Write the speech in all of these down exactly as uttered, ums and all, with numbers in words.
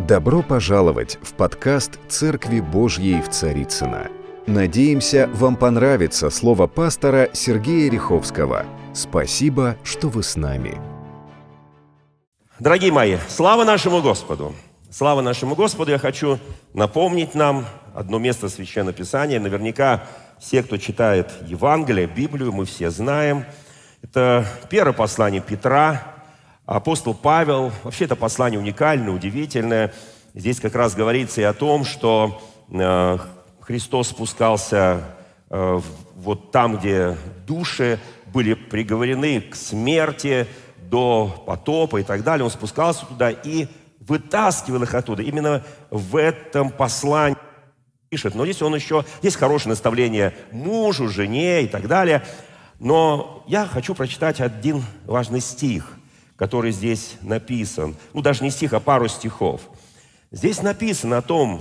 Добро пожаловать в подкаст «Церкви Божьей в Царицыно». Надеемся, вам понравится слово пастора Сергея Риховского. Спасибо, что вы с нами. Дорогие мои, слава нашему Господу! Слава нашему Господу! Я хочу напомнить нам одно место Священного Писания. Наверняка все, кто читает Евангелие, Библию, мы все знаем. Это первое послание Петра. Апостол Павел, вообще это послание уникальное, удивительное. Здесь как раз говорится и о том, что э, Христос спускался э, вот там, где души были приговорены к смерти, до потопа и так далее. Он спускался туда и вытаскивал их оттуда. Именно в этом послании пишет. Но здесь он еще, есть хорошее наставление мужу, жене и так далее. Но я хочу прочитать один важный стих, который здесь написан. Ну, даже не стих, а пару стихов. Здесь написано о том,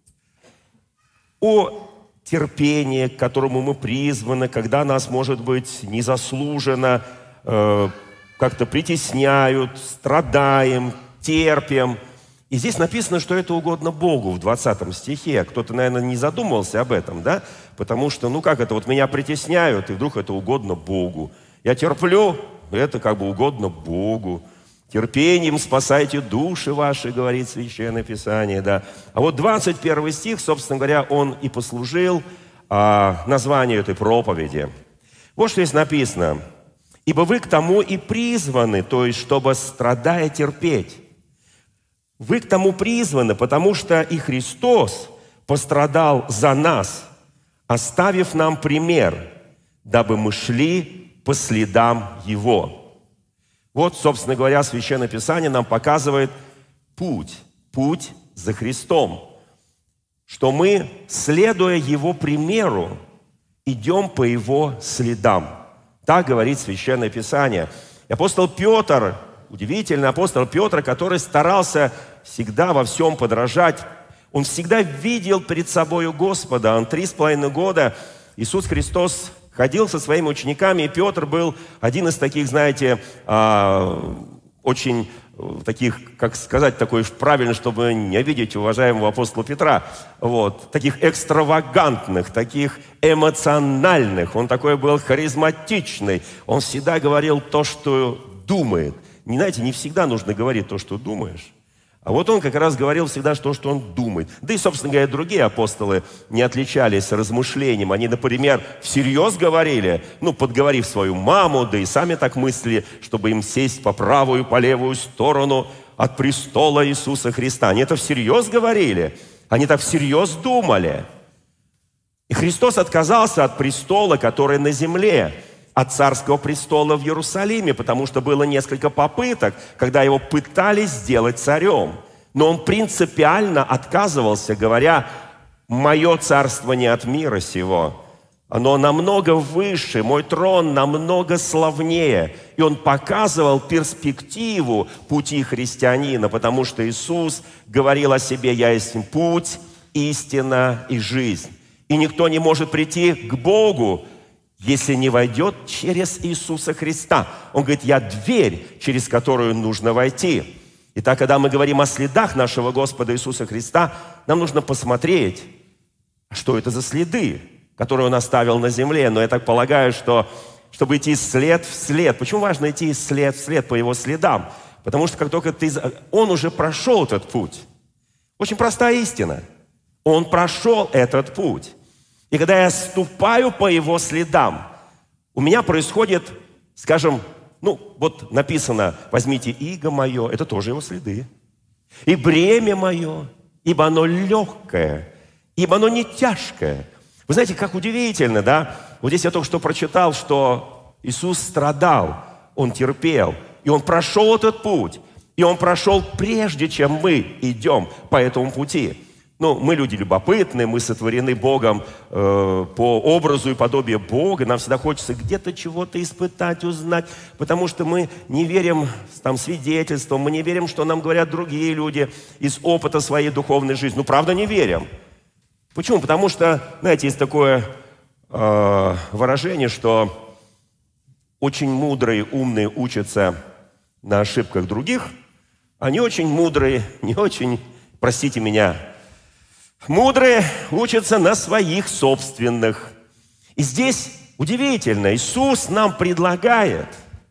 о терпении, к которому мы призваны, когда нас, может быть, незаслуженно э, как-то притесняют, страдаем, терпим. И здесь написано, что это угодно Богу в двадцатом стихе. Кто-то, наверное, не задумывался об этом, да? Потому что, ну как это, вот меня притесняют, и вдруг это угодно Богу. Я терплю, это как бы угодно Богу. Терпением спасайте души ваши, говорит Священное Писание, да. А вот двадцать первый стих, собственно говоря, он и послужил а, названию этой проповеди. Вот что здесь написано. «Ибо вы к тому и призваны, то есть, чтобы, страдая, терпеть». Вы к тому призваны, потому что и Христос пострадал за нас, оставив нам пример, дабы мы шли по следам Его. Вот, собственно говоря, Священное Писание нам показывает путь, путь за Христом, что мы, следуя Его примеру, идем по Его следам. Так говорит Священное Писание. И апостол Петр, удивительный апостол Петр, который старался всегда во всем подражать, он всегда видел перед собой Господа. Он три с половиной года, Иисус Христос ходил со своими учениками, и Петр был один из таких, знаете, очень таких, как сказать, такой правильно, чтобы не обидеть уважаемого апостола Петра, вот, таких экстравагантных, таких эмоциональных. Он такой был харизматичный. Он всегда говорил то, что думает. Не, знаете, не всегда нужно говорить то, что думаешь. А вот он как раз говорил всегда то, что он думает. Да и, собственно говоря, другие апостолы не отличались размышлением. Они, например, всерьез говорили, ну, подговорив свою маму, да и сами так мыслили, чтобы им сесть по правую, по левую сторону от престола Иисуса Христа. Они это всерьез говорили. Они так всерьез думали. И Христос отказался от престола, который на земле, от царского престола в Иерусалиме, потому что было несколько попыток, когда его пытались сделать царем. Но он принципиально отказывался, говоря: «Мое царство не от мира сего, оно намного выше, мой трон намного славнее». И он показывал перспективу пути христианина, потому что Иисус говорил о себе: «Я есть путь, истина и жизнь». И никто не может прийти к Богу, если не войдет через Иисуса Христа. Он говорит: я дверь, через которую нужно войти. Итак, когда мы говорим о следах нашего Господа Иисуса Христа, нам нужно посмотреть, что это за следы, которые Он оставил на земле. Но я так полагаю, что чтобы идти след в след. Почему важно идти след в след по Его следам? Потому что как только ты... Он уже прошел этот путь. Очень простая истина. Он прошел этот путь. И когда я ступаю по Его следам, у меня происходит, скажем, ну, вот написано: возьмите иго мое, это тоже Его следы. И бремя мое, ибо оно легкое, ибо оно не тяжкое. Вы знаете, как удивительно, да? Вот здесь я только что прочитал, что Иисус страдал, Он терпел, и Он прошел этот путь. И Он прошел прежде, чем мы идем по этому пути. Ну, мы люди любопытные, мы сотворены Богом э, по образу и подобию Бога. Нам всегда хочется где-то чего-то испытать, узнать, потому что мы не верим там, свидетельствам, мы не верим, что нам говорят другие люди из опыта своей духовной жизни. Ну, правда, не верим. Почему? Потому что, знаете, есть такое э, выражение, что очень мудрые, умные учатся на ошибках других, а не очень мудрые, не очень простите меня, мудрые учатся на своих собственных. И здесь удивительно, Иисус нам предлагает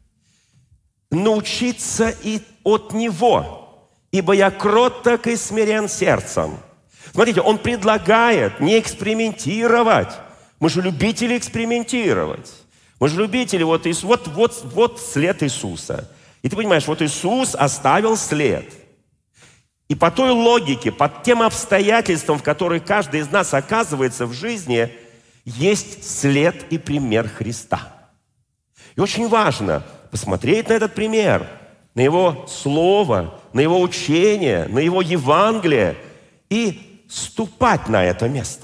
научиться и от Него, ибо я кроток и смирен сердцем. Смотрите, Он предлагает не экспериментировать. Мы же любители экспериментировать. Мы же любители, вот, вот, вот, вот след Иисуса. И ты понимаешь, вот Иисус оставил след. И по той логике, по тем обстоятельствам, в которых каждый из нас оказывается в жизни, есть след и пример Христа. И очень важно посмотреть на этот пример, на Его Слово, на Его учение, на Его Евангелие и ступать на это место.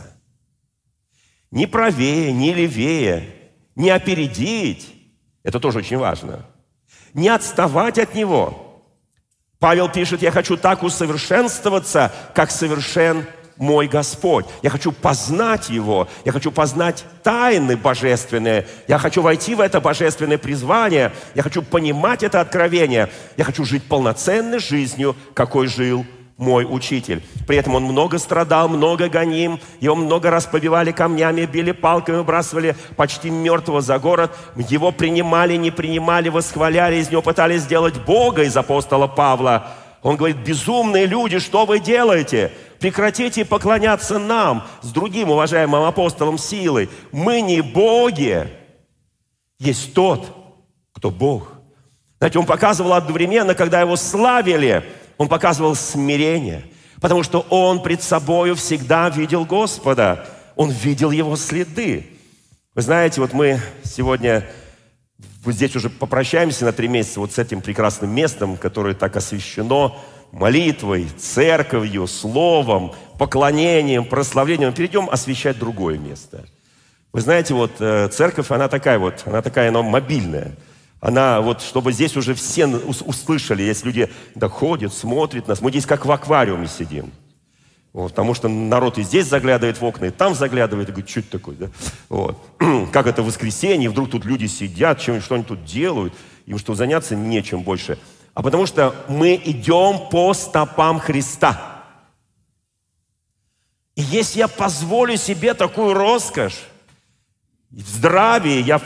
Не правее, не левее, не опередить, это тоже очень важно, не отставать от Него. Павел пишет: «Я хочу так усовершенствоваться, как совершен мой Господь». Я хочу познать Его, я хочу познать тайны божественные, я хочу войти в это божественное призвание, я хочу понимать это откровение, я хочу жить полноценной жизнью, какой жил мой учитель. При этом он много страдал, много гоним, его много раз побивали камнями, били палками, выбрасывали почти мертвого за город. Его принимали, не принимали, восхваляли, из него пытались сделать Бога, из апостола Павла. Он говорит: безумные люди, что вы делаете? Прекратите поклоняться нам с другим уважаемым апостолом силой. Мы не боги. Есть тот, кто Бог. Знаете, он показывал одновременно, когда его славили, он показывал смирение, потому что он пред собою всегда видел Господа. Он видел Его следы. Вы знаете, вот мы сегодня вот здесь уже попрощаемся на три месяца вот с этим прекрасным местом, которое так освящено молитвой, церковью, словом, поклонением, прославлением. Мы перейдем освящать другое место. Вы знаете, вот церковь, она такая вот, она такая, она мобильная. Она вот, чтобы здесь уже все услышали, если люди да, ходят, смотрят нас. Мы здесь как в аквариуме сидим. Вот, потому что народ и здесь заглядывает в окна, и там заглядывает, и говорит: что это такое? Да? Вот. Как это воскресенье, вдруг тут люди сидят, что они тут делают, им что, заняться нечем больше. А потому что мы идем по стопам Христа. И если я позволю себе такую роскошь, в здравии, я,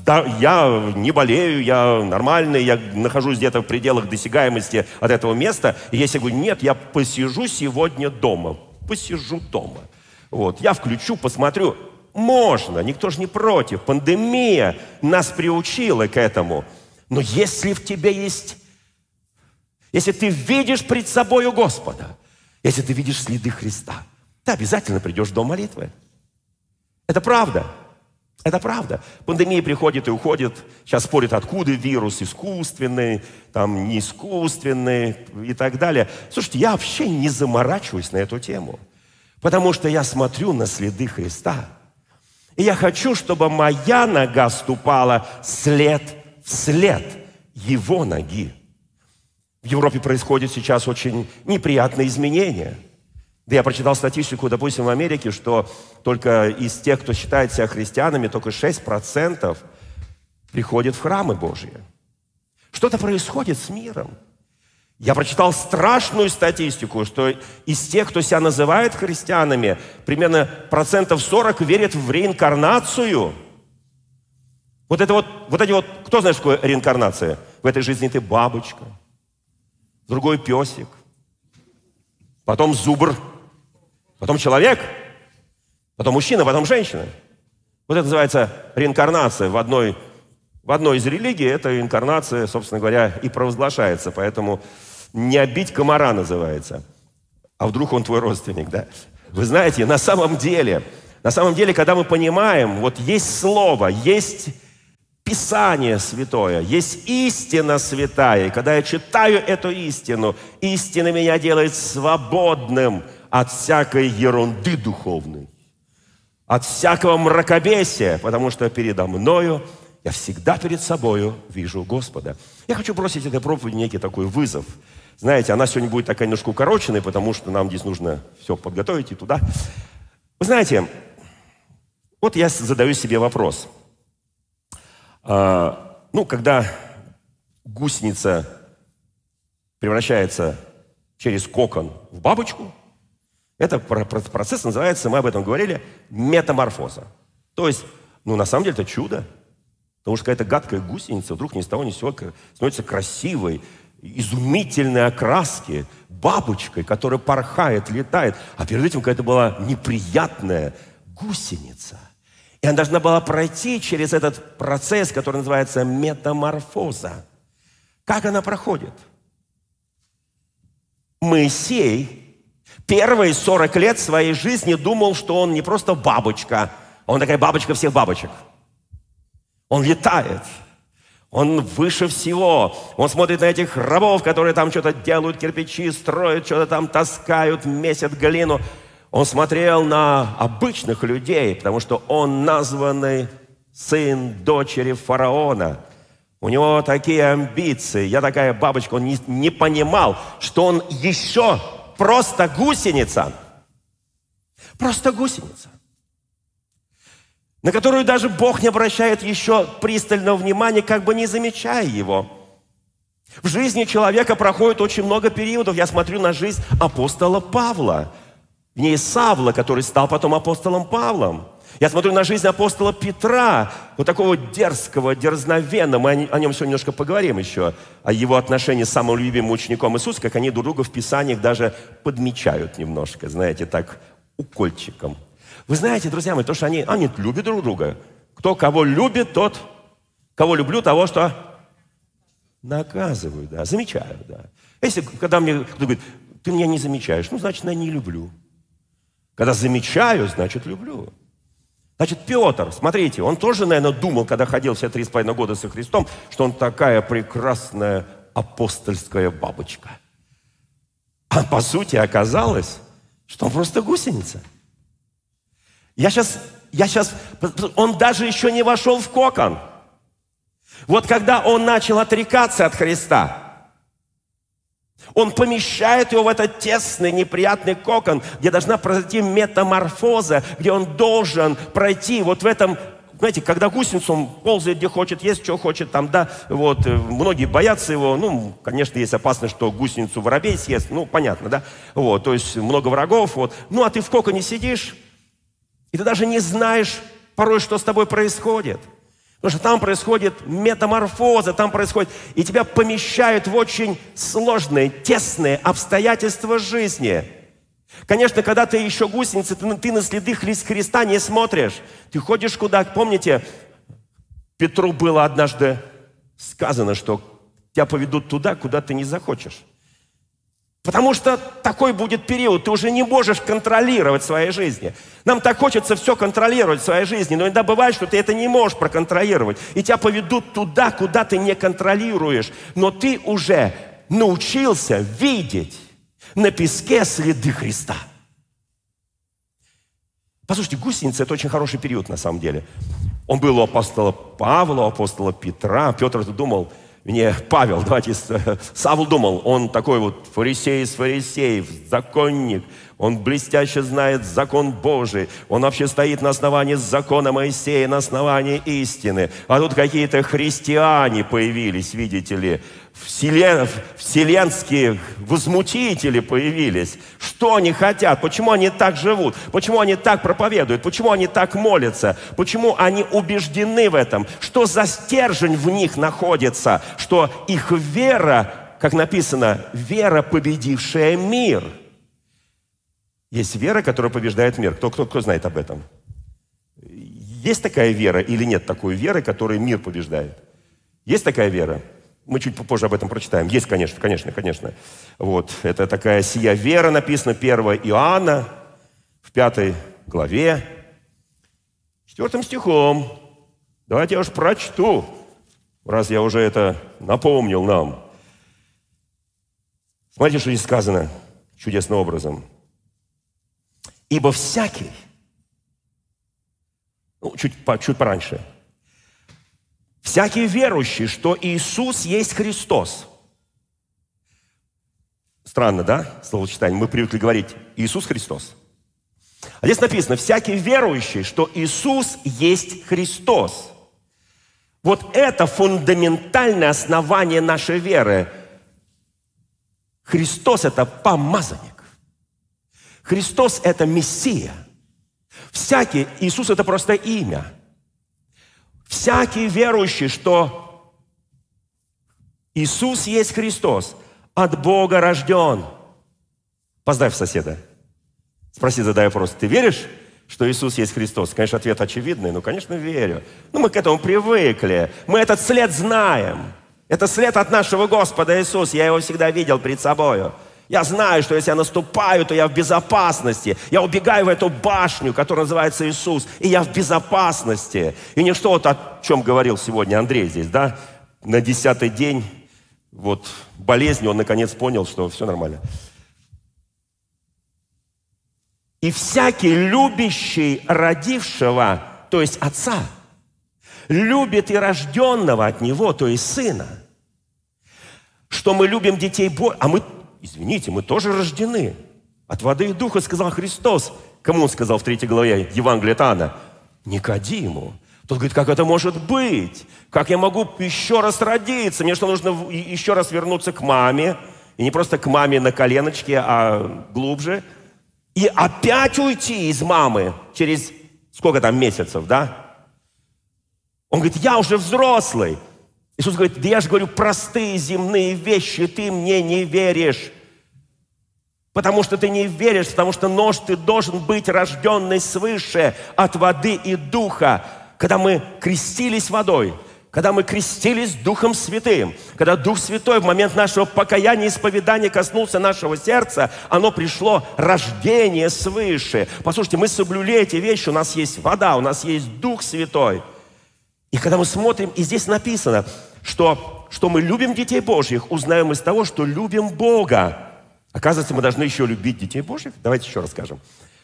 я не болею, я нормальный, я нахожусь где-то в пределах досягаемости от этого места. И если я говорю: нет, я посижу сегодня дома, посижу дома. Вот, я включу, посмотрю. Можно, никто же не против. Пандемия нас приучила к этому. Но если в тебе есть, если ты видишь пред собою Господа, если ты видишь следы Христа, ты обязательно придешь в дом молитвы. Это правда. Это правда. Пандемия приходит и уходит. Сейчас спорят, откуда вирус, искусственный, там, не искусственный и так далее. Слушайте, я вообще не заморачиваюсь на эту тему, потому что я смотрю на следы Христа. И я хочу, чтобы моя нога ступала след в след Его ноги. В Европе происходят сейчас очень неприятные изменения. Да я прочитал статистику, допустим, в Америке, что только из тех, кто считает себя христианами, только шесть процентов приходят в храмы Божьи. Что-то происходит с миром. Я прочитал страшную статистику, что из тех, кто себя называет христианами, примерно процентов сорок верят в реинкарнацию. Вот это вот, вот эти вот, кто знает, что такое реинкарнация? В этой жизни ты бабочка, другой песик, потом зубр, потом человек, потом мужчина, потом женщина. Вот это называется реинкарнация. В одной, в одной из религий эта реинкарнация, собственно говоря, и провозглашается. Поэтому не обить комара называется. А вдруг он твой родственник, да? Вы знаете, на самом деле, на самом деле, когда мы понимаем, вот есть Слово, есть Писание Святое, есть истина святая. И когда я читаю эту истину, истина меня делает свободным от всякой ерунды духовной, от всякого мракобесия, потому что передо мною, я всегда перед собою вижу Господа. Я хочу бросить этой проповеди некий такой вызов. Знаете, она сегодня будет такая немножко укороченная, потому что нам здесь нужно все подготовить и туда. Вы знаете, вот я задаю себе вопрос. А, ну, когда гусеница превращается через кокон в бабочку. Этот процесс называется, мы об этом говорили, метаморфоза. То есть, ну, на самом деле, это чудо. Потому что какая-то гадкая гусеница вдруг ни с того ни с сего становится красивой, изумительной окраски, бабочкой, которая порхает, летает. А перед этим какая-то была неприятная гусеница. И она должна была пройти через этот процесс, который называется метаморфоза. Как она проходит? Моисей первые сорок лет своей жизни думал, что он не просто бабочка, а он такая бабочка всех бабочек. Он летает. Он выше всего. Он смотрит на этих рабов, которые там что-то делают, кирпичи строят, что-то там таскают, месят глину. Он смотрел на обычных людей, потому что он названный сын дочери фараона. У него такие амбиции. Я такая бабочка. Он не, не понимал, что он еще просто гусеница. Просто гусеница. На которую даже Бог не обращает еще пристального внимания, как бы не замечая его. В жизни человека проходит очень много периодов. Я смотрю на жизнь апостола Павла. В ней Савла, который стал потом апостолом Павлом. Я смотрю на жизнь апостола Петра, вот такого дерзкого, дерзновенного. Мы о нем сегодня немножко поговорим еще, о его отношении с самым любимым учеником Иисуса, как они друг друга в Писаниях даже подмечают немножко, знаете, так укольчиком. Вы знаете, друзья мои, то, что они, они любят друг друга. Кто кого любит, тот, кого люблю, того, что наказываю, да, замечаю, да. Если, когда мне кто-то говорит, ты меня не замечаешь, ну, значит, я не люблю. Когда замечаю, значит, люблю. Значит, Петр, смотрите, он тоже, наверное, думал, когда ходил все три с половиной года со Христом, что он такая прекрасная апостольская бабочка. А по сути оказалось, что он просто гусеница. Я сейчас, я сейчас, он даже еще не вошел в кокон. Вот когда он начал отрекаться от Христа, он помещает его в этот тесный, неприятный кокон, где должна произойти метаморфоза, где он должен пройти вот в этом, знаете, когда гусеницу, он ползает, где хочет, есть, что хочет, там, да, вот, многие боятся его, ну, конечно, есть опасность, что гусеницу воробей съест, ну, понятно, да, вот, то есть много врагов, вот, ну, а ты в коконе сидишь, и ты даже не знаешь порой, что с тобой происходит. Потому что там происходит метаморфоза, там происходит, и тебя помещают в очень сложные, тесные обстоятельства жизни. Конечно, когда ты еще гусеница, ты, ты на следы Христа не смотришь. Ты ходишь куда, помните, Петру было однажды сказано, что тебя поведут туда, куда ты не захочешь. Потому что такой будет период, ты уже не можешь контролировать в своей жизни. Нам так хочется все контролировать в своей жизни, но иногда бывает, что ты это не можешь проконтролировать. И тебя поведут туда, куда ты не контролируешь. Но ты уже научился видеть на песке следы Христа. Послушайте, гусеница – это очень хороший период на самом деле. Он был у апостола Павла, у апостола Петра. Петр думал... Мне Павел, давайте, Савл думал, он такой вот фарисей из фарисеев, законник, он блестяще знает закон Божий, он вообще стоит на основании закона Моисея, на основании истины. А тут какие-то христиане появились, видите ли, вселен, вселенские возмутители появились. Что они хотят? Почему они так живут? Почему они так проповедуют? Почему они так молятся? Почему они убеждены в этом? Что за стержень в них находится? Что их вера, как написано, вера, победившая мир. Есть вера, которая побеждает мир. Кто, кто, кто знает об этом? Есть такая вера или нет такой веры, которая мир побеждает? Есть такая вера? Мы чуть попозже об этом прочитаем. Есть, конечно, конечно, конечно. Вот. Это такая сия вера, написано первое Иоанна в пятой главе, четвертым стихом. Давайте я уж прочту, раз я уже это напомнил нам. Смотрите, что здесь сказано чудесным образом. Ибо всякий, ну, чуть, чуть пораньше, всякий верующий, что Иисус есть Христос. Странно, да, словосочетание? Мы привыкли говорить Иисус Христос. А здесь написано, всякий верующий, что Иисус есть Христос. Вот это фундаментальное основание нашей веры. Христос – это помазанник. Христос – это Мессия. Всякий, Иисус – это просто имя. Всякий верующий, что Иисус есть Христос, от Бога рожден. Поздравь соседа. Спроси, задай вопрос. Ты веришь, что Иисус есть Христос? Конечно, ответ очевидный. Ну, конечно, верю. Ну, мы к этому привыкли. Мы этот след знаем. Это след от нашего Господа Иисуса. Я его всегда видел перед собою. Я знаю, что если я наступаю, то я в безопасности. Я убегаю в эту башню, которая называется Иисус, и я в безопасности. И не что вот о чем говорил сегодня Андрей здесь, да? На десятый день вот болезни он наконец понял, что все нормально. И всякий любящий родившего, то есть отца, любит и рожденного от него, то есть сына. Что мы любим детей Божьих, а мы, извините, мы тоже рождены от воды и духа, сказал Христос. Кому он сказал в третьей главе Евангелия от Иоанна? Никодиму. Тот говорит, как это может быть? Как я могу еще раз родиться? Мне что, нужно еще раз вернуться к маме? И не просто к маме на коленочке, а глубже. И опять уйти из мамы через сколько там месяцев, да? Он говорит, я уже взрослый. Иисус говорит, да я же говорю простые земные вещи, ты мне не веришь. Потому что ты не веришь, потому что нож ты должен быть рожденный свыше от воды и духа. Когда мы крестились водой, когда мы крестились Духом Святым, когда Дух Святой в момент нашего покаяния и исповедания коснулся нашего сердца, оно пришло рождение свыше. Послушайте, мы соблюли эти вещи, у нас есть вода, у нас есть Дух Святой. И когда мы смотрим, и здесь написано, что, что мы любим детей Божьих, узнаем из того, что любим Бога. Оказывается, мы должны еще любить детей Божьих. Давайте еще раз скажем.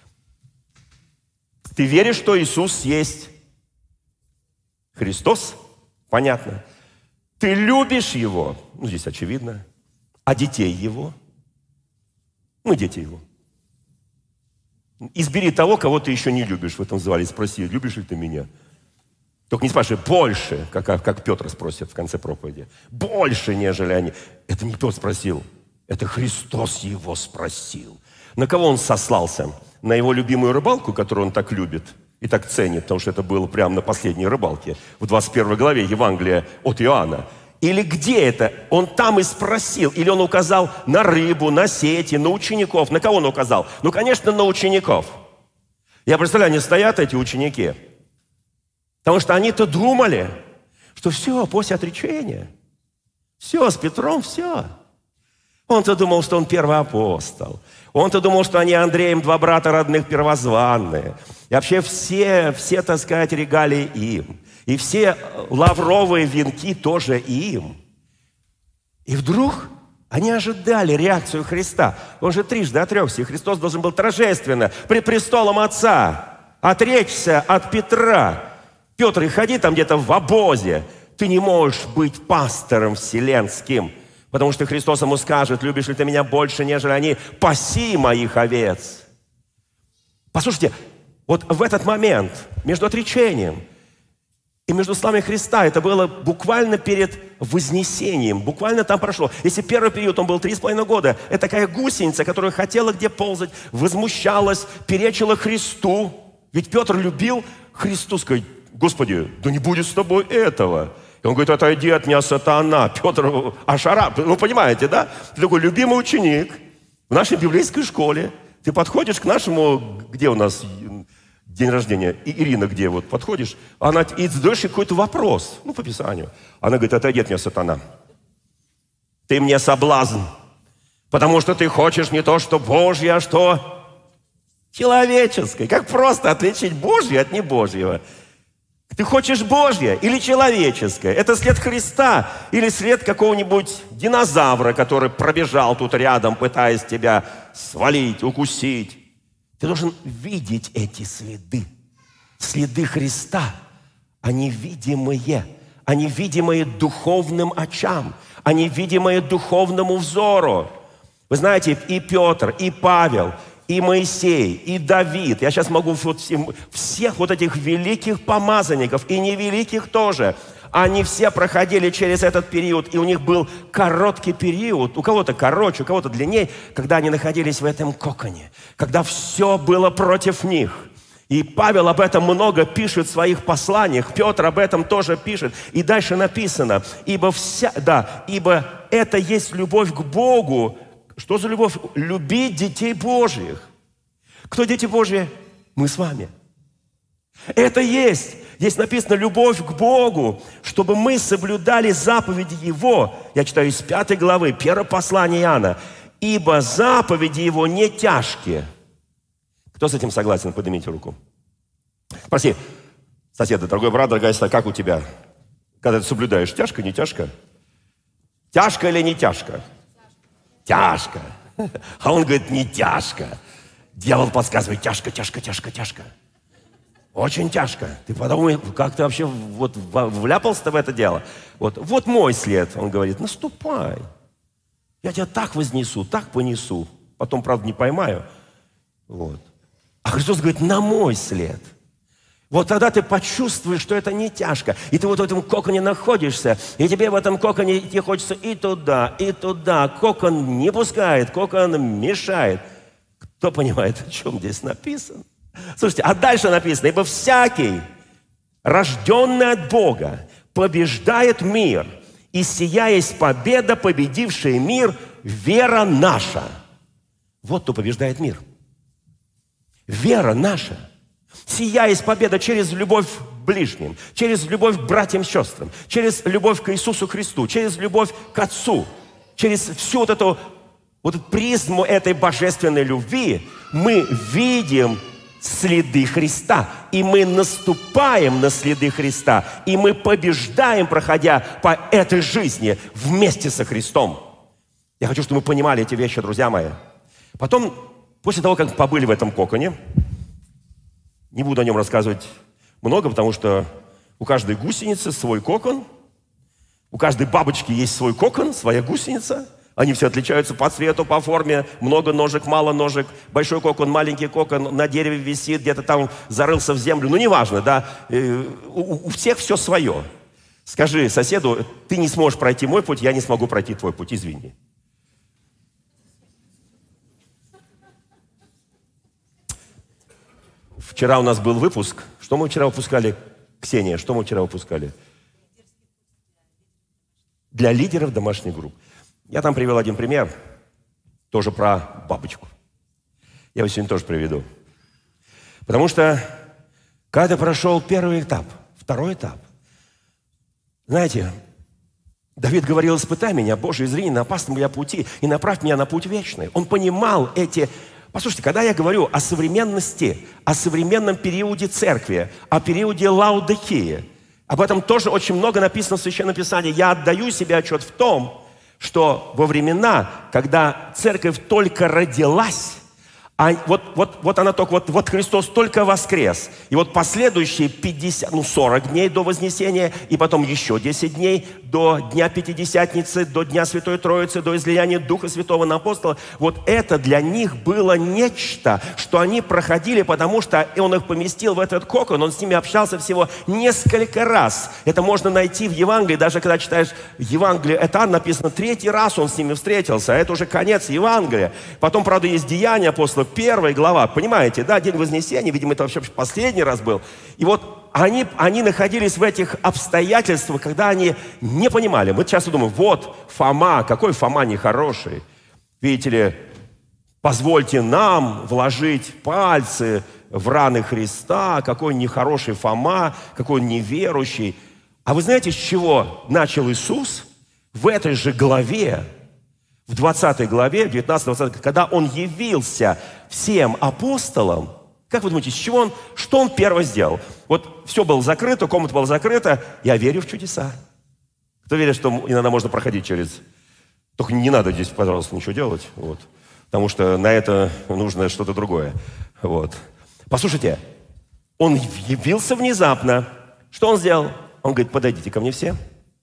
Ты веришь, что Иисус есть Христос? Понятно. Ты любишь Его? Ну, здесь очевидно. А детей Его? Ну, дети Его. Избери того, кого ты еще не любишь в этом зале, и спроси, любишь ли ты меня? Только не спрашивай, больше, как, как Петр спросит в конце проповеди. Больше, нежели они. Это не Петр спросил, это Христос его спросил. На кого он сослался? На его любимую рыбалку, которую он так любит и так ценит, потому что это было прямо на последней рыбалке, в двадцать первой главе Евангелия от Иоанна. Или где это? Он там и спросил. Или он указал на рыбу, на сети, на учеников. На кого он указал? Ну, конечно, на учеников. Я представляю, они стоят, эти ученики. Потому что они-то думали, что все, после отречения. Все, с Петром все. Он-то думал, что он первый апостол. Он-то думал, что они Андреем два брата родных первозванные. И вообще все, все, так сказать, регалии им. И все лавровые венки тоже им. И вдруг они ожидали реакцию Христа. Он же трижды отрекся, и Христос должен был торжественно пред престолом Отца отречься от Петра. Петр, и ходи там где-то в обозе. Ты не можешь быть пастором вселенским, потому что Христос ему скажет, любишь ли ты меня больше, нежели они, паси моих овец. Послушайте, вот в этот момент между отречением и между славой Христа, это было буквально перед вознесением, буквально там прошло. Если первый период, он был три с половиной года, это такая гусеница, которая хотела где ползать, возмущалась, перечила Христу. Ведь Петр любил Христу, сказать, Господи, да не будет с тобой этого. И он говорит, отойди от меня, сатана. Петр ошарап. Ну, понимаете, да? Ты такой любимый ученик в нашей библейской школе. Ты подходишь к нашему, где у нас день рождения, и Ирина где, вот подходишь, она, и задаешь ей какой-то вопрос, ну, по Писанию. Она говорит, отойди от меня, сатана. Ты мне соблазн, потому что ты хочешь не то, что Божье, а что человеческое. Как просто отличить Божье от небожьего. Ты хочешь Божье или человеческое? Это след Христа или след какого-нибудь динозавра, который пробежал тут рядом, пытаясь тебя свалить, укусить? Ты должен видеть эти следы. Следы Христа. Они видимые. Они видимые духовным очам. Они видимые духовному взору. Вы знаете, и Петр, и Павел, и Моисей, и Давид. Я сейчас могу вот всем, всех вот этих великих помазанников, и невеликих тоже. Они все проходили через этот период, и у них был короткий период, у кого-то короче, у кого-то длиннее, когда они находились в этом коконе, когда все было против них. И Павел об этом много пишет в своих посланиях, Петр об этом тоже пишет. И дальше написано, ибо, вся, да, ибо это есть любовь к Богу. Что за любовь? Любить детей Божьих. Кто дети Божьи? Мы с вами. Это есть. Здесь написано любовь к Богу, чтобы мы соблюдали заповеди Его. Я читаю из пятой главы, первое послание Иоанна. Ибо заповеди Его не тяжкие. Кто с этим согласен? Поднимите руку. Спроси соседа, дорогой брат, дорогая сестра, как у тебя? Когда ты соблюдаешь, тяжко, не тяжко? Тяжко или не тяжко? Тяжко. А он говорит, не тяжко. Дьявол подсказывает, тяжко, тяжко, тяжко, тяжко. Очень тяжко. Ты подумай, как ты вообще вот вляпался в это дело? Вот, вот мой след. Он говорит, наступай. Я тебя так вознесу, так понесу. Потом, правда, не поймаю. Вот. А Христос говорит, на мой след. Вот тогда ты почувствуешь, что это не тяжко. И ты вот в этом коконе находишься. И тебе в этом коконе идти хочется и туда, и туда. Кокон не пускает, кокон мешает. Кто понимает, о чем здесь написано? Слушайте, а дальше написано, ибо всякий, рожденный от Бога, побеждает мир. И сия есть победа, победившая мир, вера наша. Вот кто побеждает мир. Вера наша. Сия есть победа через любовь к ближним, через любовь к братьям и сестрам, через любовь к Иисусу Христу, через любовь к Отцу, через всю вот эту, вот эту призму этой божественной любви мы видим следы Христа. И мы наступаем на следы Христа. И мы побеждаем, проходя по этой жизни вместе со Христом. Я хочу, чтобы мы понимали эти вещи, друзья мои. Потом, после того, как побыли в этом коконе, не буду о нем рассказывать много, потому что у каждой гусеницы свой кокон, у каждой бабочки есть свой кокон, своя гусеница. Они все отличаются по цвету, по форме. Много ножек, мало ножек. Большой кокон, маленький кокон, на дереве висит, где-то там зарылся в землю. Ну, неважно, да. У, у всех все свое. Скажи соседу, ты не сможешь пройти мой путь, я не смогу пройти твой путь, извини. Вчера у нас был выпуск. Что мы вчера выпускали, Ксения? Что мы вчера выпускали? Для лидеров домашних групп. Я там привел один пример, тоже про бабочку. Я его сегодня тоже приведу. Потому что, когда ты прошел первый этап, второй этап, знаете, Давид говорил, испытай меня, Боже, изрини на опасном я пути и направь меня на путь вечный. Он понимал эти... Послушайте, когда я говорю о современности, о современном периоде церкви, о периоде Лаодикеи, об этом тоже очень много написано в Священном Писании. Я отдаю себе отчет в том, что во времена, когда церковь только родилась, а вот, вот, вот она только, вот, вот Христос только воскрес, и вот последующие пятьдесят, ну сорок дней до Вознесения, и потом еще десять дней до Дня Пятидесятницы, до Дня Святой Троицы, до излияния Духа Святого на апостола, вот это для них было нечто, что они проходили, потому что Он их поместил в этот кокон, Он с ними общался всего несколько раз. Это можно найти в Евангелии, даже когда читаешь Евангелие, это написано, третий раз Он с ними встретился, а это уже конец Евангелия. Потом, правда, есть Деяния апостолов, первая глава, понимаете, да, День Вознесения, видимо, это вообще последний раз был. И вот они, они находились в этих обстоятельствах, когда они не понимали. Мы часто думаем, вот Фома, какой Фома нехороший. Видите ли, позвольте нам вложить пальцы в раны Христа, какой нехороший Фома, какой он неверующий. А вы знаете, с чего начал Иисус? В этой же главе, в двадцатой главе, в девятнадцатой-двадцатой, когда Он явился всем апостолам, как вы думаете, с чего Он, что Он первое сделал? Вот все было закрыто, комната была закрыта. Я верю в чудеса. Кто верит, что иногда можно проходить через... Только не надо здесь, пожалуйста, ничего делать. Вот. Потому что на это нужно что-то другое. Вот. Послушайте, Он явился внезапно. Что Он сделал? Он говорит, подойдите ко мне все.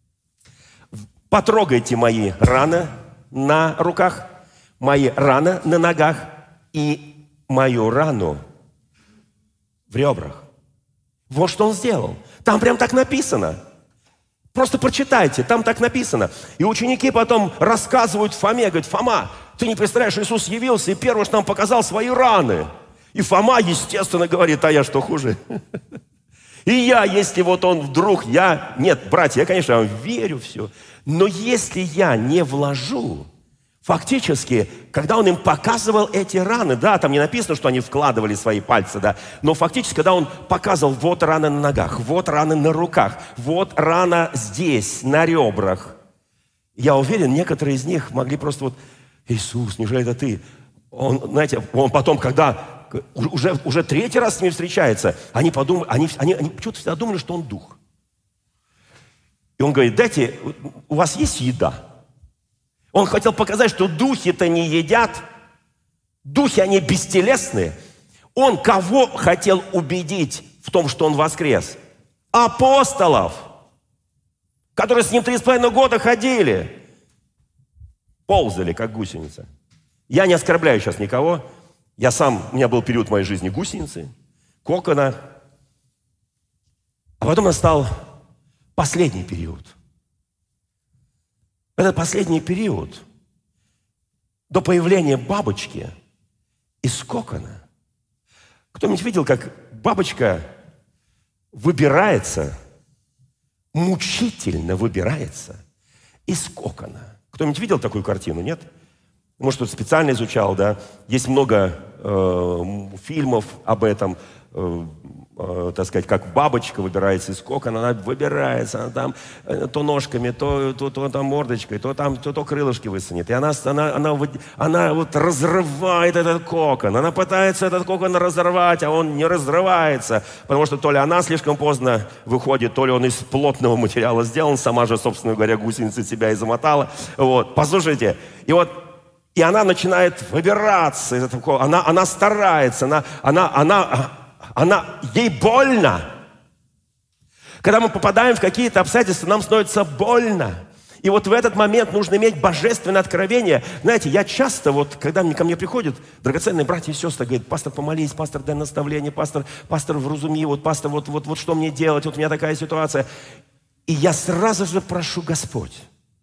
Потрогайте мои раны на руках, мои раны на ногах и мою рану в ребрах. Вот что Он сделал. Там прям так написано. Просто прочитайте, там так написано. И ученики потом рассказывают Фоме, говорят: Фома, ты не представляешь, Иисус явился и первый, что нам показал, свои раны. И Фома, естественно, говорит: а я что, хуже? И я, если вот он вдруг, я... Нет, братья, я, конечно, вам верю все. Но если я не вложу, фактически, когда он им показывал эти раны, да, там не написано, что они вкладывали свои пальцы, да, но фактически, когда он показывал: вот раны на ногах, вот раны на руках, вот рана здесь, на ребрах. Я уверен, некоторые из них могли просто вот: Иисус, неужели это ты? Он, знаете, он потом, когда уже, уже третий раз с ними встречается, они подумали, они, они, они почему-то всегда думали, что он дух. И он говорит: дайте, у вас есть еда? Он хотел показать, что духи-то не едят, духи, они бестелесные. Он кого хотел убедить в том, что он воскрес? Апостолов, которые с ним три с половиной года ходили, ползали, как гусеница. Я не оскорбляю сейчас никого. Я сам, у меня был период в моей жизни гусеницы, кокона. А потом настал последний период. Этот последний период, до появления бабочки из кокона. Кто-нибудь видел, как бабочка выбирается, мучительно выбирается из кокона? Кто-нибудь видел такую картину, нет? Может, кто-то специально изучал, да? Есть много э, фильмов об этом, э, э, так сказать, как бабочка выбирается из кокона, она выбирается, она там э, то ножками, то, то, то там мордочкой, то там то, то крылышки высунет. И она, она, она, она, она вот разрывает этот кокон, она пытается этот кокон разорвать, а он не разрывается, потому что то ли она слишком поздно выходит, то ли он из плотного материала сделан, сама же, собственно говоря, гусеница себя и замотала. Вот. Послушайте, и вот И она начинает выбираться из этого. Она, она старается, она, она, она, она, ей больно. Когда мы попадаем в какие-то обстоятельства, нам становится больно. И вот в этот момент нужно иметь божественное откровение. Знаете, я часто, вот, когда ко мне приходят драгоценные братья и сестры, говорят: пастор, помолись, пастор, дай наставление, пастор, пастор, вразуми, вот, пастор, вот, вот, вот что мне делать, вот у меня такая ситуация. И я сразу же прошу: Господь,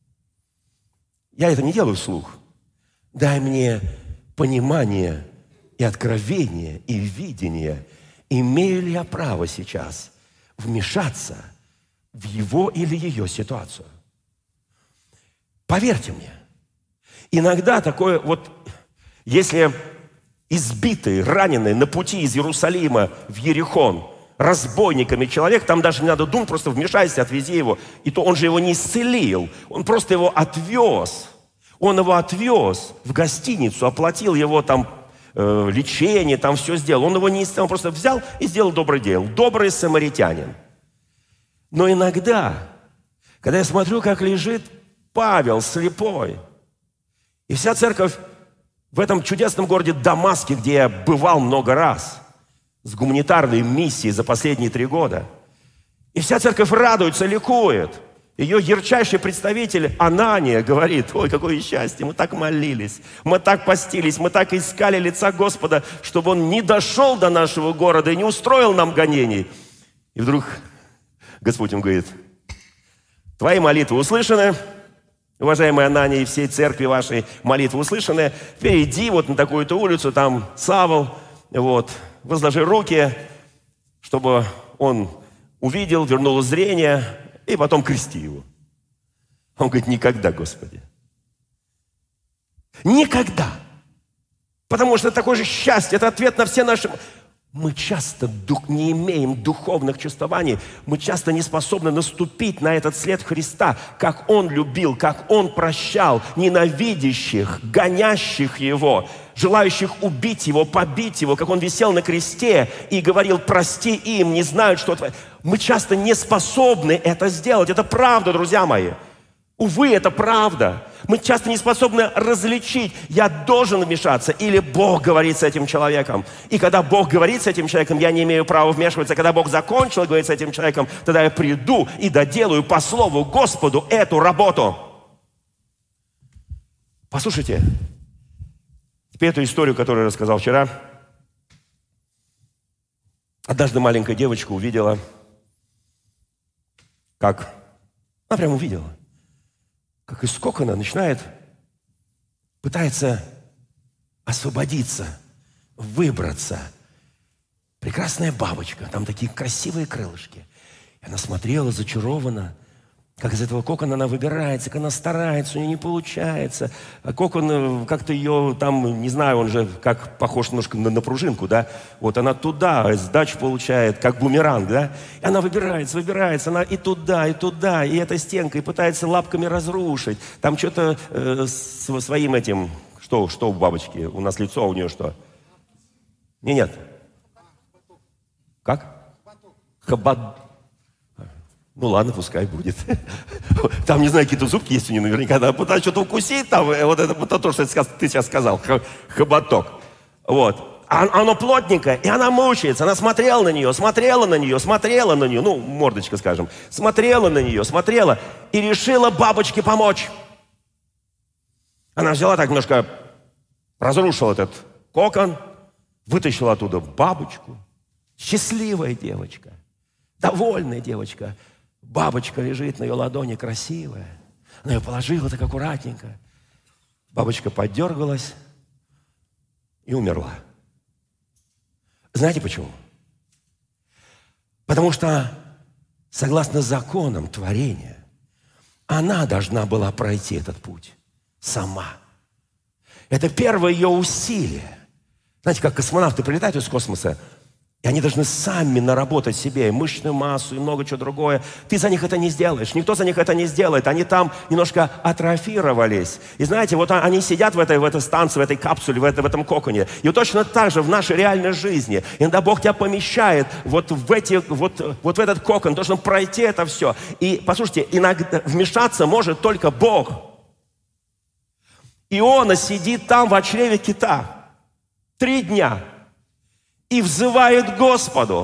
я это не делаю вслух. Дай мне понимание и откровение, и видение, имею ли я право сейчас вмешаться в его или ее ситуацию. Поверьте мне, иногда такое вот, если избитый, раненый на пути из Иерусалима в Ерихон разбойниками человек, там даже не надо думать, просто вмешайся, отвези его. И то он же его не исцелил, он просто его отвез. Он его отвез в гостиницу, оплатил его там э, лечение, там все сделал. Он его не исцелил, он просто взял и сделал доброе дело. Добрый самаритянин. Но иногда, когда я смотрю, как лежит Павел слепой, и вся церковь в этом чудесном городе Дамаске, где я бывал много раз, с гуманитарной миссией за последние три года, и вся церковь радуется, ликует. Ее ярчайший представитель Анания говорит: ой, какое счастье, мы так молились, мы так постились, мы так искали лица Господа, чтобы Он не дошел до нашего города и не устроил нам гонений. И вдруг Господь ему говорит: твои молитвы услышаны, уважаемый Анания, и всей церкви вашей молитвы услышаны. Теперь иди вот на такую-то улицу, там Савл, вот, возложи руки, чтобы он увидел, вернул зрение, и потом крести его. Он говорит: никогда, Господи. Никогда. Потому что это такое же счастье, это ответ на все наши... Мы часто дух, не имеем духовных чувствований, мы часто не способны наступить на этот след Христа, как Он любил, как Он прощал ненавидящих, гонящих Его, желающих убить Его, побить Его, как Он висел на кресте и говорил: прости им, не знают, что творят. Мы часто не способны это сделать. Это правда, друзья мои. Увы, это правда. Мы часто не способны различить, я должен вмешаться, или Бог говорит с этим человеком. И когда Бог говорит с этим человеком, я не имею права вмешиваться. Когда Бог закончил говорить с этим человеком, тогда я приду и доделаю по слову Господу эту работу. Послушайте, теперь эту историю, которую я рассказал вчера. Однажды маленькая девочка увидела, как Она прямо увидела, как из кокона начинает, пытается освободиться, выбраться. Прекрасная бабочка, там такие красивые крылышки. И она смотрела зачарованно, как из этого кокона она выбирается, как она старается, у нее не получается. А кокон как-то ее там, не знаю, он же как похож немножко на, на пружинку, да? Вот она туда сдачу получает, как бумеранг, да? И она выбирается, выбирается, она и туда, и туда, и эта стенка, и пытается лапками разрушить. Там что-то э, с своим этим, что, что у бабочки? У нас лицо, а у нее что? Не, нет. Как? Хабад. Ну ладно, пускай будет. Там, не знаю, какие-то зубки есть у нее наверняка. Она пытается что-то укусить, там, вот это вот то, что ты сейчас сказал, хоботок. Вот. А оно плотненькое, и она мучается. Она смотрела на нее, смотрела на нее, смотрела на нее, ну, мордочка, скажем, смотрела на нее, смотрела, и решила бабочке помочь. Она взяла так немножко, разрушила этот кокон, вытащила оттуда бабочку. Счастливая девочка, довольная девочка. Бабочка лежит на ее ладони, красивая. Она ее положила так аккуратненько. Бабочка подергалась и умерла. Знаете почему? Потому что, согласно законам творения, она должна была пройти этот путь сама. Это первое ее усилие. Знаете, как космонавты прилетают из космоса, и они должны сами наработать себе и мышечную массу, и много чего другое. Ты за них это не сделаешь. Никто за них это не сделает. Они там немножко атрофировались. И знаете, вот они сидят в этой, в этой станции, в этой капсуле, в, это, в этом коконе. И вот точно так же в нашей реальной жизни. Иногда Бог тебя помещает вот в, эти, вот, вот в этот кокон. Должен пройти это все. И, послушайте, иногда вмешаться может только Бог. Иона сидит там в чреве кита. Три дня. И взывает Господу.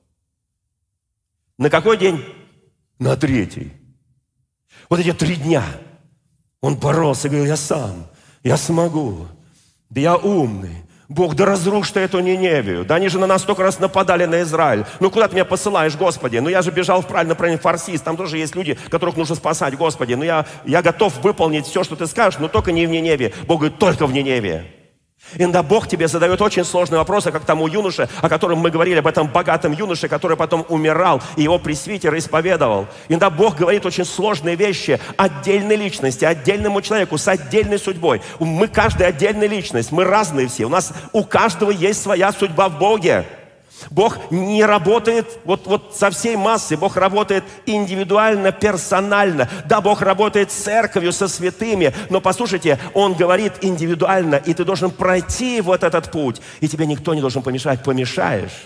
На какой день? На третий. Вот эти три дня. Он боролся, говорил, я сам, я смогу. Да я умный. Бог, да разрушь ты эту Ниневию. Да они же на нас столько раз нападали на Израиль. Ну куда ты меня посылаешь, Господи? Ну я же бежал в правильном направлении, Фарсис. Там тоже есть люди, которых нужно спасать, Господи. Ну я, я готов выполнить все, что ты скажешь, но только не в Ниневии. Бог говорит, только в Ниневии. Иногда Бог тебе задает очень сложные вопросы, как тому юноше, о котором мы говорили, об этом богатом юноше, который потом умирал, и его пресвитер исповедовал. Иногда Бог говорит очень сложные вещи отдельной личности, отдельному человеку, с отдельной судьбой. Мы каждая отдельная личность, мы разные все. У нас у каждого есть своя судьба в Боге. Бог не работает вот, вот со всей массой, Бог работает индивидуально, персонально. Да, Бог работает с церковью, со святыми, но послушайте, Он говорит индивидуально, и ты должен пройти вот этот путь, и тебе никто не должен помешать. Помешаешь,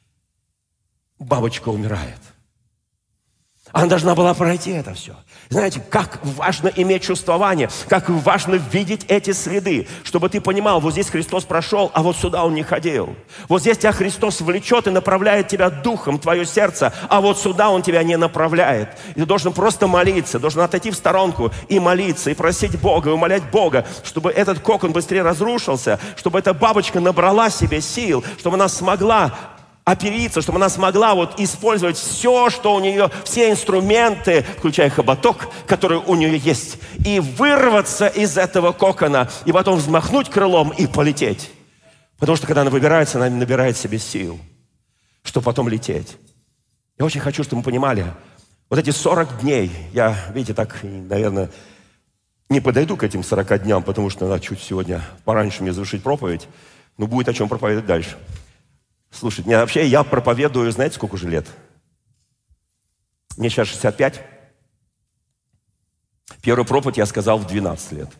бабочка умирает. Она должна была пройти это все. Знаете, как важно иметь чувствование, как важно видеть эти следы, чтобы ты понимал, вот здесь Христос прошел, а вот сюда Он не ходил. Вот здесь тебя Христос влечет и направляет тебя духом, твое сердце, а вот сюда Он тебя не направляет. И ты должен просто молиться, должен отойти в сторонку и молиться, и просить Бога, и умолять Бога, чтобы этот кокон быстрее разрушился, чтобы эта бабочка набрала себе сил, чтобы она смогла опериться, чтобы она смогла вот использовать все, что у нее, все инструменты, включая хоботок, который у нее есть, и вырваться из этого кокона, и потом взмахнуть крылом и полететь. Потому что, когда она выбирается, она набирает себе сил, чтобы потом лететь. Я очень хочу, чтобы мы понимали, вот эти сорок дней, я, видите, так, наверное, не подойду к этим сорока дням, потому что надо чуть сегодня пораньше мне завершить проповедь, но будет о чем проповедовать дальше. Слушайте, вообще я проповедую, знаете, сколько уже лет? Мне сейчас шестьдесят пять. Первую проповедь я сказал в двенадцать лет.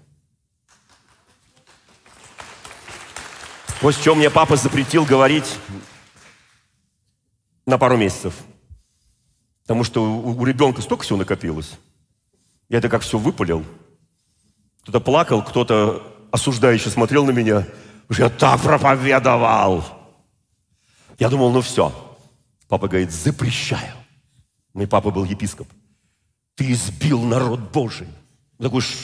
После чего мне папа запретил говорить на пару месяцев. Потому что у, у ребенка столько всего накопилось. Я это как все выпалил. Кто-то плакал, кто-то осуждающе смотрел на меня. Потому что я так проповедовал. Я думал, ну все. Папа говорит, запрещаю. Мой папа был епископ. Ты избил народ Божий. Такой ш...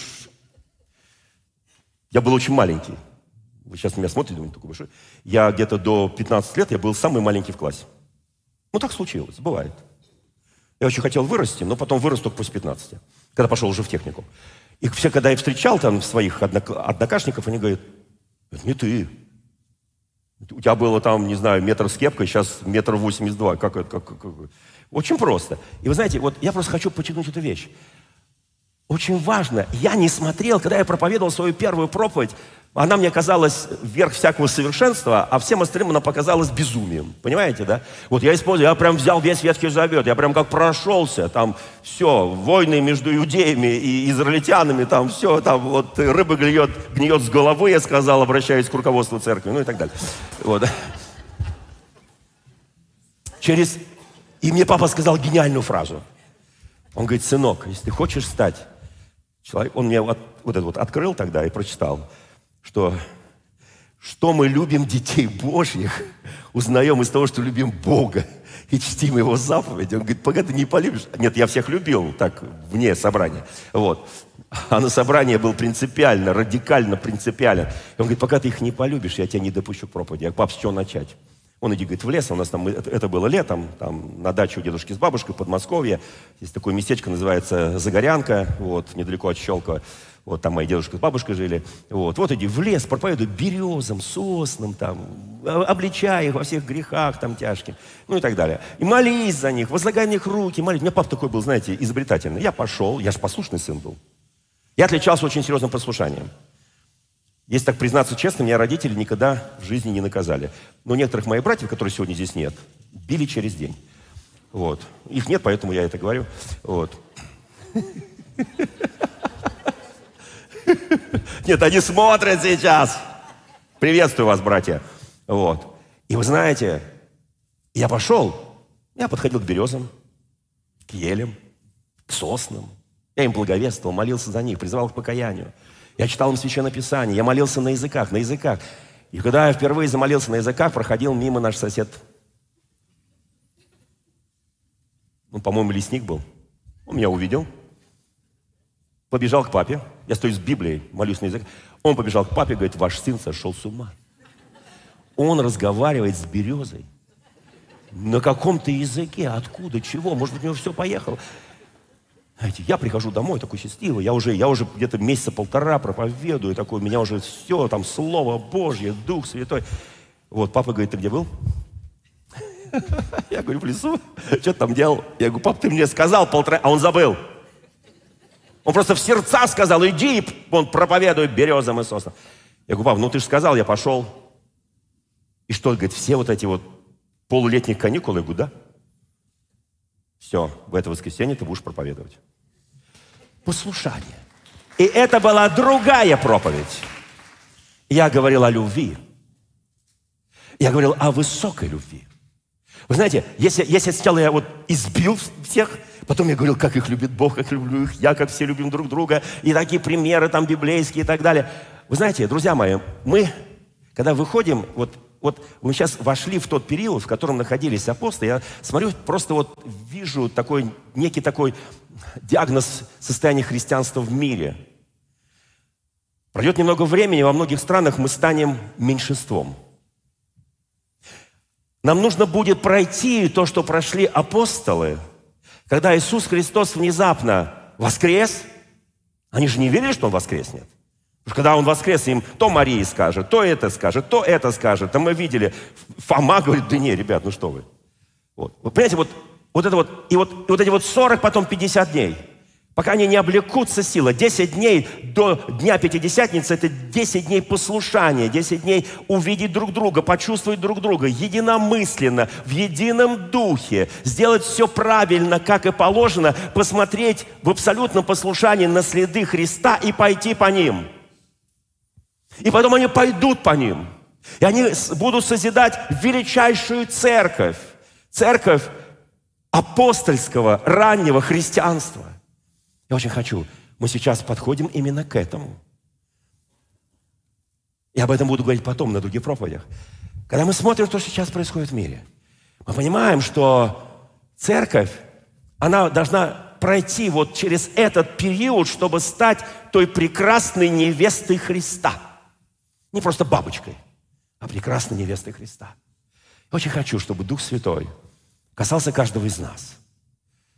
Я был очень маленький. Вы сейчас на меня смотрите, думаете, такой большой. Я где-то до пятнадцати лет, я был самый маленький в классе. Ну так случилось, бывает. Я очень хотел вырасти, но потом вырос только после пятнадцати, когда пошел уже в техникум. И все, когда я встречал там своих однокашников, они говорят: это не ты. У тебя было там, не знаю, метр с кепкой, сейчас метр восемьдесят два. Как это? Как, как? Очень просто. И вы знаете, вот я просто хочу подчеркнуть эту вещь. Очень важно, я не смотрел, когда я проповедовал свою первую проповедь, она мне казалась верх всякого совершенства, а всем остальным она показалась безумием. Понимаете, да? Вот я использую, я прям взял весь Ветхий Завет, я прям как прошелся, там все, войны между иудеями и израильтянами, там все, там вот рыба гниет, гниет с головы, я сказал, обращаясь к руководству церкви, ну и так далее. Вот. Через... И мне папа сказал гениальную фразу. Он говорит: сынок, если ты хочешь стать человеком, он мне вот, вот это вот открыл тогда и прочитал, что, что мы любим детей Божьих, узнаем из того, что любим Бога и чтим Его заповеди. Он говорит: пока ты не полюбишь... Нет, я всех любил, так, вне собрания. Вот. А на собрании был принципиально, радикально принципиален. И он говорит: пока ты их не полюбишь, я тебя не допущу к проповеди. Я: пап, с чего начать? Он иди, говорит, в лес, у нас там, это, это было летом, там на даче у дедушки с бабушкой в Подмосковье. Здесь такое местечко называется Загорянка, вот, недалеко от Щелково. Вот там мои дедушка с бабушкой жили. Вот, вот иди в лес, проповедуй березам, соснам, там, обличай их во всех грехах там тяжких, ну и так далее. И молись за них, возлагай на них руки, молись. У меня папа такой был, знаете, изобретательный. Я пошел, я же послушный сын был. Я отличался очень серьезным послушанием. Если так признаться честно, меня родители никогда в жизни не наказали. Но некоторых моих братьев, которых сегодня здесь нет, били через день. Вот. Их нет, поэтому я это говорю. Вот. Нет, они смотрят сейчас. Приветствую вас, братья. Вот. И вы знаете, я пошел, я подходил к березам, к елям, к соснам. Я им благовествовал, молился за них, призывал к покаянию. Я читал им Священное Писание, я молился на языках, на языках. И когда я впервые замолился на языках, проходил мимо наш сосед. Он, по-моему, лесник был. Он меня увидел. Побежал к папе. Я стою с Библией, молюсь на языках. Он побежал к папе, говорит: ваш сын сошел с ума. Он разговаривает с березой. На каком-то языке. Откуда? Чего? Может быть, у него все поехало. Знаете, я прихожу домой такой счастливый, я уже, я уже где-то месяца полтора проповедую, такой, у меня уже все, там, Слово Божье, Дух Святой. Вот, папа говорит: ты где был? Я говорю: в лесу. Что ты там делал? Я говорю: пап, ты мне сказал полтора, а он забыл. Он просто в сердца сказал: иди, он проповедует березам и соснам. Я говорю: пап, ну ты же сказал, я пошел. И что, говорит, все вот эти вот полулетних каникулы? Я говорю: да. Все, в это воскресенье ты будешь проповедовать. Послушание. И это была другая проповедь. Я говорил о любви. Я говорил о высокой любви. Вы знаете, если, если сначала я вот избил всех, потом я говорил, как их любит Бог, как люблю их я, как все любим друг друга, и такие примеры там библейские и так далее. Вы знаете, друзья мои, мы, когда выходим, вот, вот мы сейчас вошли в тот период, в котором находились апостолы, я смотрю, просто вот вижу такой, некий такой диагноз состояния христианства в мире. Пройдет немного времени, во многих странах мы станем меньшинством. Нам нужно будет пройти то, что прошли апостолы, когда Иисус Христос внезапно воскрес. Они же не верили, что Он воскреснет. Потому что когда Он воскрес, им то Мария скажет, то это скажет, то это скажет. А мы видели, Фома говорит: да не, ребят, ну что вы. Вот. Вы понимаете, вот, вот это вот, и вот, и вот эти вот сорок, потом пятьдесят дней, пока они не облекутся силой. десять дней до Дня Пятидесятницы – это десять дней послушания, десять дней увидеть друг друга, почувствовать друг друга, единомысленно, в едином духе, сделать все правильно, как и положено, посмотреть в абсолютном послушании на следы Христа и пойти по ним. И потом они пойдут по ним. И они будут созидать величайшую церковь. Церковь апостольского, раннего христианства. Я очень хочу, мы сейчас подходим именно к этому. Я об этом буду говорить потом на других проповедях. Когда мы смотрим то, что сейчас происходит в мире, мы понимаем, что церковь, она должна пройти вот через этот период, чтобы стать той прекрасной невестой Христа. Не просто бабочкой, а прекрасной невестой Христа. Я очень хочу, чтобы Дух Святой касался каждого из нас.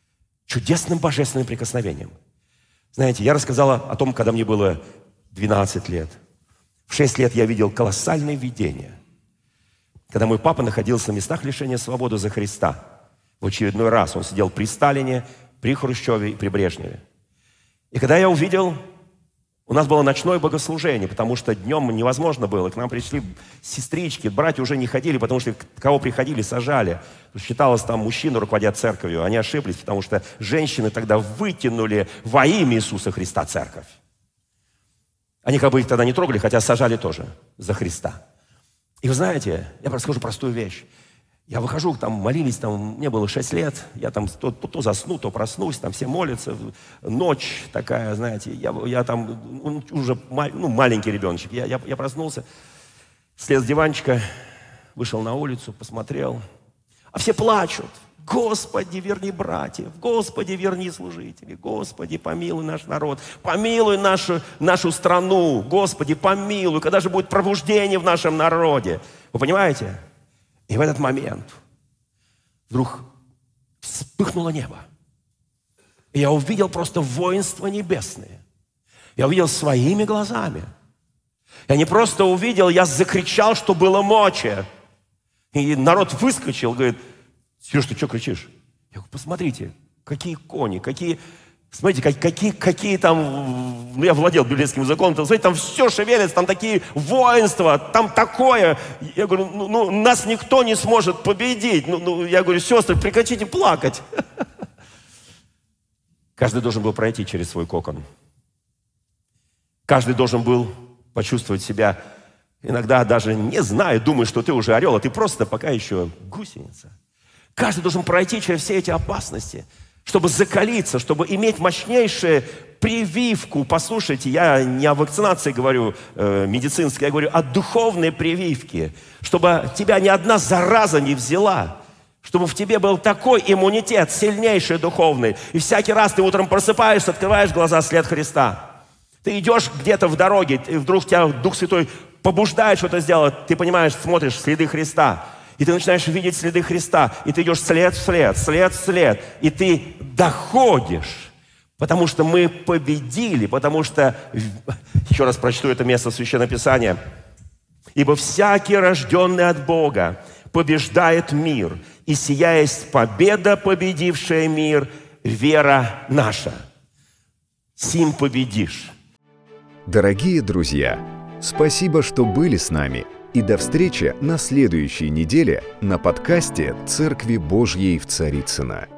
чудесным божественным прикосновением. Знаете, я рассказал о том, когда мне было двенадцать лет. В шесть лет я видел колоссальное видение, когда мой папа находился в местах лишения свободы за Христа. В очередной раз он сидел при Сталине, при Хрущеве и при Брежневе. И когда я увидел, у нас было ночное богослужение, потому что днем невозможно было. К нам пришли сестрички, братья уже не ходили, потому что кого приходили, сажали. Считалось, там мужчины руководят церковью. Они ошиблись, потому что женщины тогда вытянули во имя Иисуса Христа церковь. Они как бы их тогда не трогали, хотя сажали тоже за Христа. И вы знаете, я просто скажу простую вещь. Я выхожу, там молились, там, мне было шесть лет, я там то, то, то засну, то проснусь, там все молятся, ночь такая, знаете, я, я там уже ну, маленький ребеночек, я, я, я проснулся, слез с диванчика, вышел на улицу, посмотрел, а все плачут. Господи, верни братьев, Господи, верни служителей, Господи, помилуй наш народ, помилуй нашу, нашу страну, Господи, помилуй, когда же будет пробуждение в нашем народе. Вы понимаете? И в этот момент вдруг вспыхнуло небо. И я увидел просто воинство небесное. Я увидел своими глазами. Я не просто увидел, я закричал, что было мочи. И народ выскочил, говорит: Сереж, ты что кричишь? Я говорю: посмотрите, какие кони, какие... Смотрите, как, какие, какие там... Ну, я владел библейским языком. Там, смотрите, там все шевелится, там такие воинства, там такое. Я говорю, ну, ну нас никто не сможет победить. Ну, ну, я говорю: сестры, прекратите плакать. Каждый должен был пройти через свой кокон. Каждый должен был почувствовать себя, иногда даже не зная, думая, что ты уже орел, а ты просто пока еще гусеница. Каждый должен пройти через все эти опасности, чтобы закалиться, чтобы иметь мощнейшую прививку. Послушайте, я не о вакцинации говорю э, медицинской, я говорю о духовной прививке, чтобы тебя ни одна зараза не взяла, чтобы в тебе был такой иммунитет, сильнейший духовный. И всякий раз ты утром просыпаешься, открываешь глаза, след Христа. Ты идешь где-то в дороге, и вдруг тебя Дух Святой побуждает что-то сделать, ты понимаешь, смотришь следы Христа. И ты начинаешь видеть следы Христа, и ты идешь след в след, след в след, и ты доходишь, потому что мы победили, потому что, еще раз прочту это место Священного Писания, «Ибо всякий, рожденный от Бога, побеждает мир, и сия есть победа, победившая мир, вера наша». Сим победишь. Дорогие друзья, спасибо, что были с нами. И до встречи на следующей неделе на подкасте «Церкви Божьей в Царицыно».